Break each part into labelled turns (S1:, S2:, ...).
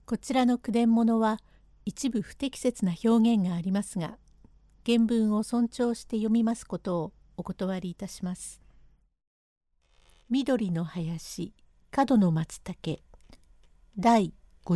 S1: こちらの句伝物は一部不適切な表現がありますが、原文を尊重して読みますことをお断りいたします。緑の林、角の松茸、第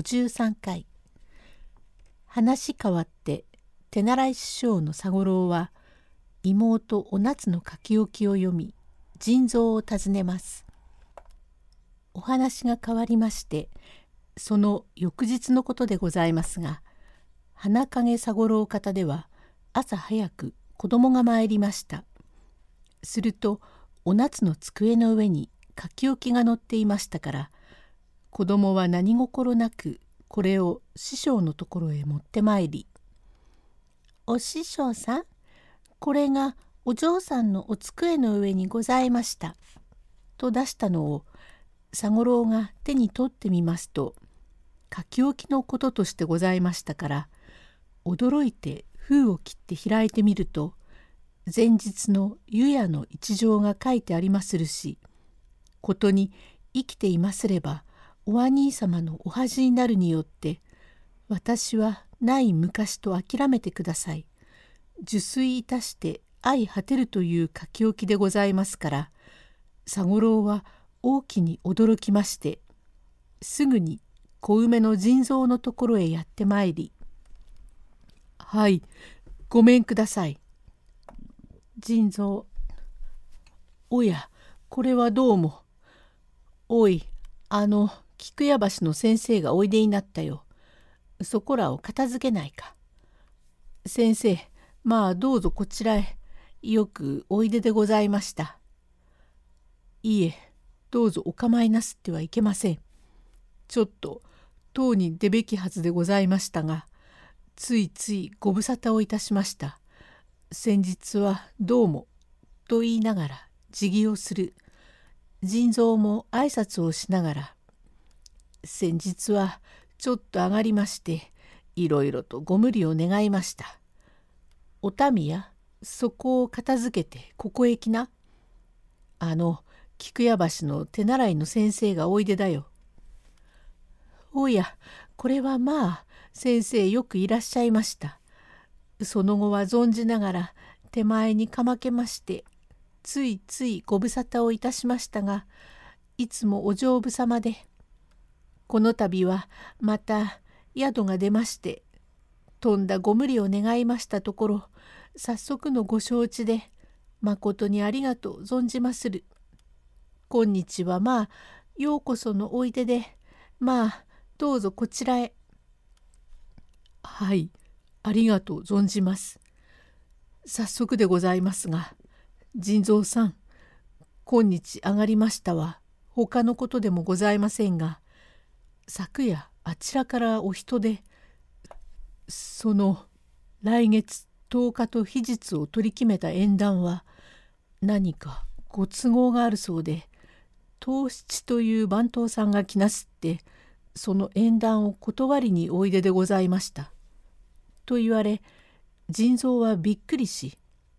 S1: 53回。話変わって手習い師匠の佐五郎は妹お夏の書き置きを読み、腎臓を尋ねます。お話が変わりまして、その翌日のことでございますが、花影佐五郎方では朝早く子供が参りました。するとお夏の机の上に書き置きが載っていましたから、子供は何心なくこれを師匠のところへ持ってまいり、お師匠さん、これがお嬢さんのお机の上にございました。と出したのを佐五郎が手に取ってみますと、書き置きのこととしてございましたから、驚いて封を切って開いてみると、前日の湯屋の一条が書いてありまするし、ことに生きていますればお兄様のお恥になるによって、私はない昔と諦めてください。受水いたして相果てるという書き置きでございますから、佐五郎は大きに驚きまして、すぐに小梅の腎臓のところへやってまいり、はい、ごめんください。腎臓、おや、これはどうも。おい、菊屋橋の先生がおいでになったよ。そこらを片付けないか。先生、まあどうぞこちらへ。よくおいででございました。いえ、どうぞお構いなすってはいけません。ちょっと当に出べきはずでございましたが、ついついご無沙汰をいたしました。先日はどうも、と言いながら辞儀をする。腎臓も挨拶をしながら、先日はちょっと上がりまして、いろいろとご無理を願いました。お民や、そこを片付けてここへ来な。菊屋橋の手習いの先生がおいでだよ。おや、これはまあ、先生よくいらっしゃいました。その後は存じながら手前にかまけまして、ついついご無沙汰をいたしましたが、いつもお丈夫様で、この度はまた宿が出まして、とんだご無理を願いましたところ、早速のご承知で、まことにありがとう存じまする。今日はまあ、ようこそのおいでで、まあ、どうぞこちらへ。はい、ありがとう存じます。早速でございますが、腎臓さん、今日上がりましたは他のことでもございませんが、昨夜あちらからお人で、その来月10日と日日を取り決めた縁談は何かご都合があるそうで、藤七という番頭さんが来なすって、その縁談を断りにおいででございました。と言われ、腎臓はびっくりし、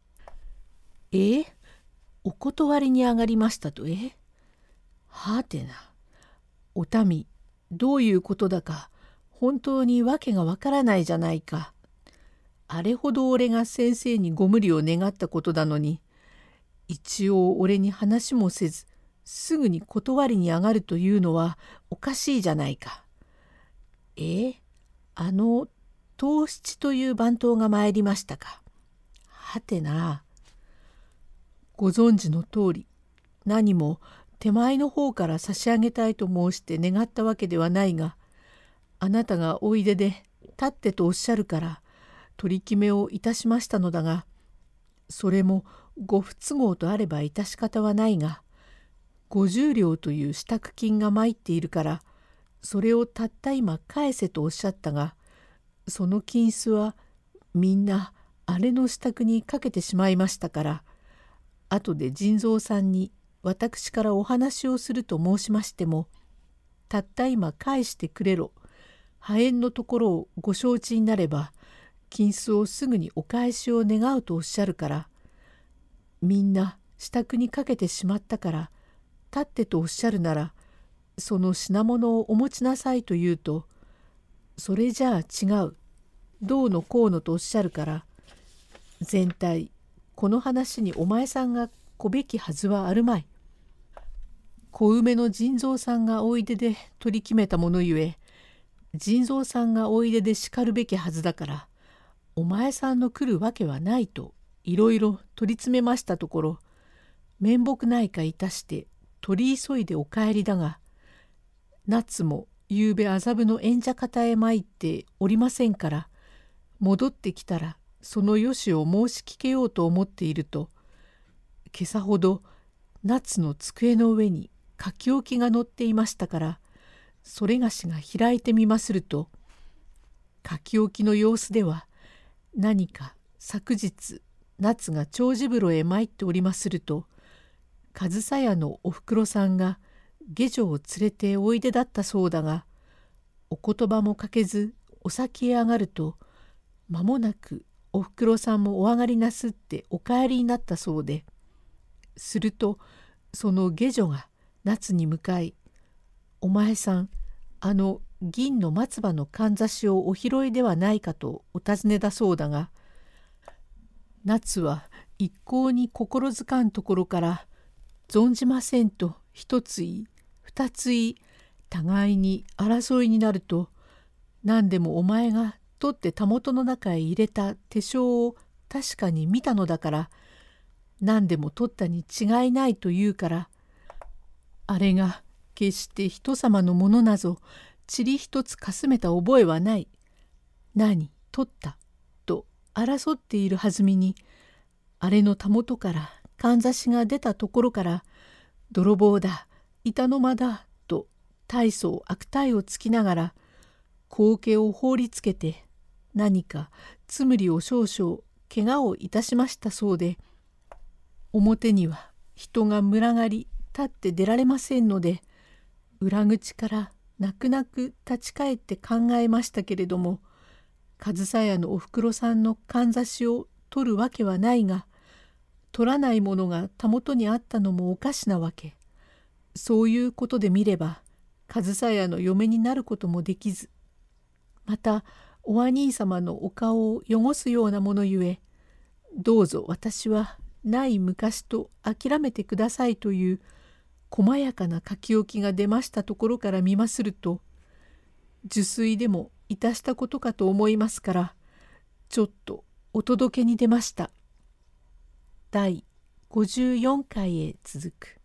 S1: お断りに上がりましたと。はてな。お民、どういうことだか、本当にわけがわからないじゃないか。あれほど俺が先生にご無理を願ったことなのに、一応俺に話もせず、すぐに断りに上がるというのはおかしいじゃないか。藤七という番頭が参りましたか。はてな。ご存知の通り、何も手前の方から差し上げたいと申して願ったわけではないが、あなたがおいでで立ってとおっしゃるから取り決めをいたしましたのだが、それもご不都合とあれば致し方はないが、50両という支度金が参っているから、それをたった今返せとおっしゃったが、その金子はみんな姉の支度にかけてしまいましたから、後で腎臓さんに私からお話をすると申しましても、たった今返してくれろ、破縁のところをご承知になれば、金子をすぐにお返しを願うとおっしゃるから、みんな支度にかけてしまったから、立ってとおっしゃるなら、その品物をお持ちなさいと言うと、 それじゃあ違う、どうのこうのとおっしゃるから、全体この話にお前さんがこべきはずはあるまい。小梅の腎臓さんがおいでで取り決めたものゆえ、腎臓さんがおいででしかるべきはずだから、お前さんの来るわけはないといろいろ取り詰めましたところ、面目ないかいたして取り急いでお帰りだが、夏もゆうべ麻布の演者方へ参っておりませんから、戻ってきたらそのよしを申し聞けようと思っていると、今朝ほど夏の机の上に書き置きが載っていましたから、それがしが開いてみますると、書き置きの様子では何か昨日夏が長寿風呂へ参っておりますると、上総屋のおふくろさんが下女を連れておいでだったそうだが、お言葉もかけずお先へ上がると、間もなくおふくろさんもお上がりなすってお帰りになったそうで、するとその下女が夏に向かい、お前さん、あの銀の松葉のかんざしをお拾いではないかとお尋ねだそうだが、夏は一向に心づかんところから、存じませんと一つ言い二つ言い、互いに争いになると、何でもお前が取ってたもとの中へ入れた手帳を確かに見たのだから、何でも取ったに違いないと言うから、あれが決して人様のものなぞ塵一つかすめた覚えはない。何取ったと争っているはずみに、あれのたもとからかんざしが出たところから、泥棒だ、板の間だと大層悪態をつきながら、後家を放りつけて、何かつむりを少々怪我をいたしましたそうで、表には人が群がり立って出られませんので、裏口から泣く泣く立ち返って考えましたけれども、上総屋のおふくろさんのかんざしを取るわけはないが、取らないものがたもとにあったのもおかしなわけ。そういうことで見れば、上総屋の嫁になることもできず、またお兄様のお顔を汚すようなものゆえ、どうぞ私はない昔と諦めてくださいという細やかな書き置きが出ましたところから見ますると、受水でもいたしたことかと思いますから、ちょっとお届けに出ました。第54回へ続く。